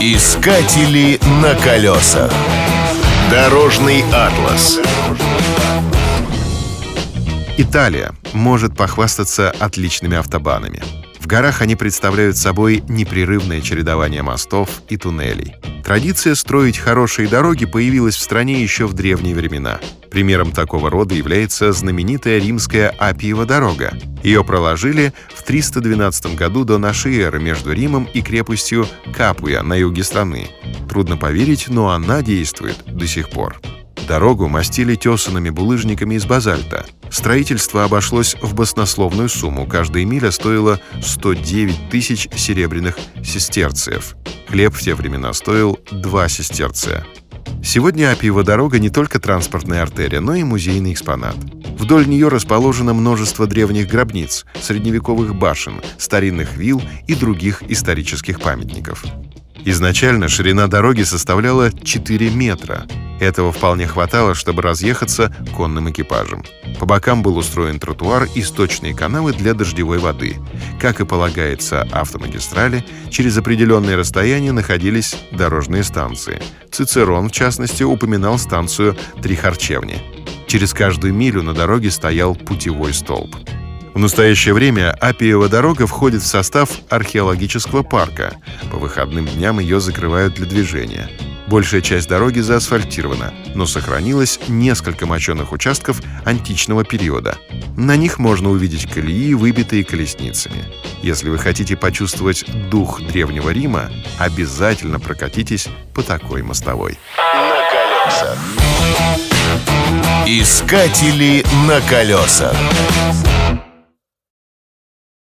Искатели на колесах. Дорожный атлас. Италия может похвастаться отличными автобанами. В горах они представляют собой непрерывное чередование мостов и туннелей. Традиция строить хорошие дороги появилась в стране еще в древние времена. Примером такого рода является знаменитая римская Аппиева дорога. Ее проложили в 312 году до нашей эры между Римом и крепостью Капуя на юге страны. Трудно поверить, но она действует до сих пор. Дорогу мостили тесанными булыжниками из базальта. Строительство обошлось в баснословную сумму. Каждая миля стоила 109 тысяч серебряных сестерциев. Хлеб в те времена стоил 2 сестерция. Сегодня Аппиева дорога не только транспортная артерия, но и музейный экспонат. Вдоль нее расположено множество древних гробниц, средневековых башен, старинных вилл и других исторических памятников. Изначально ширина дороги составляла 4 метра. Этого вполне хватало, чтобы разъехаться конным экипажем. По бокам был устроен тротуар и сточные канавы для дождевой воды. Как и полагается автомагистрали, через определенное расстояние находились дорожные станции. Цицерон, в частности, упоминал станцию «Три харчевни». Через каждую милю на дороге стоял путевой столб. В настоящее время Аппиева дорога входит в состав археологического парка. По выходным дням ее закрывают для движения. Большая часть дороги заасфальтирована, но сохранилось несколько мощенных участков античного периода. На них можно увидеть колеи, выбитые колесницами. Если вы хотите почувствовать дух Древнего Рима, обязательно прокатитесь по такой мостовой. На колесах. Искатели на колесах.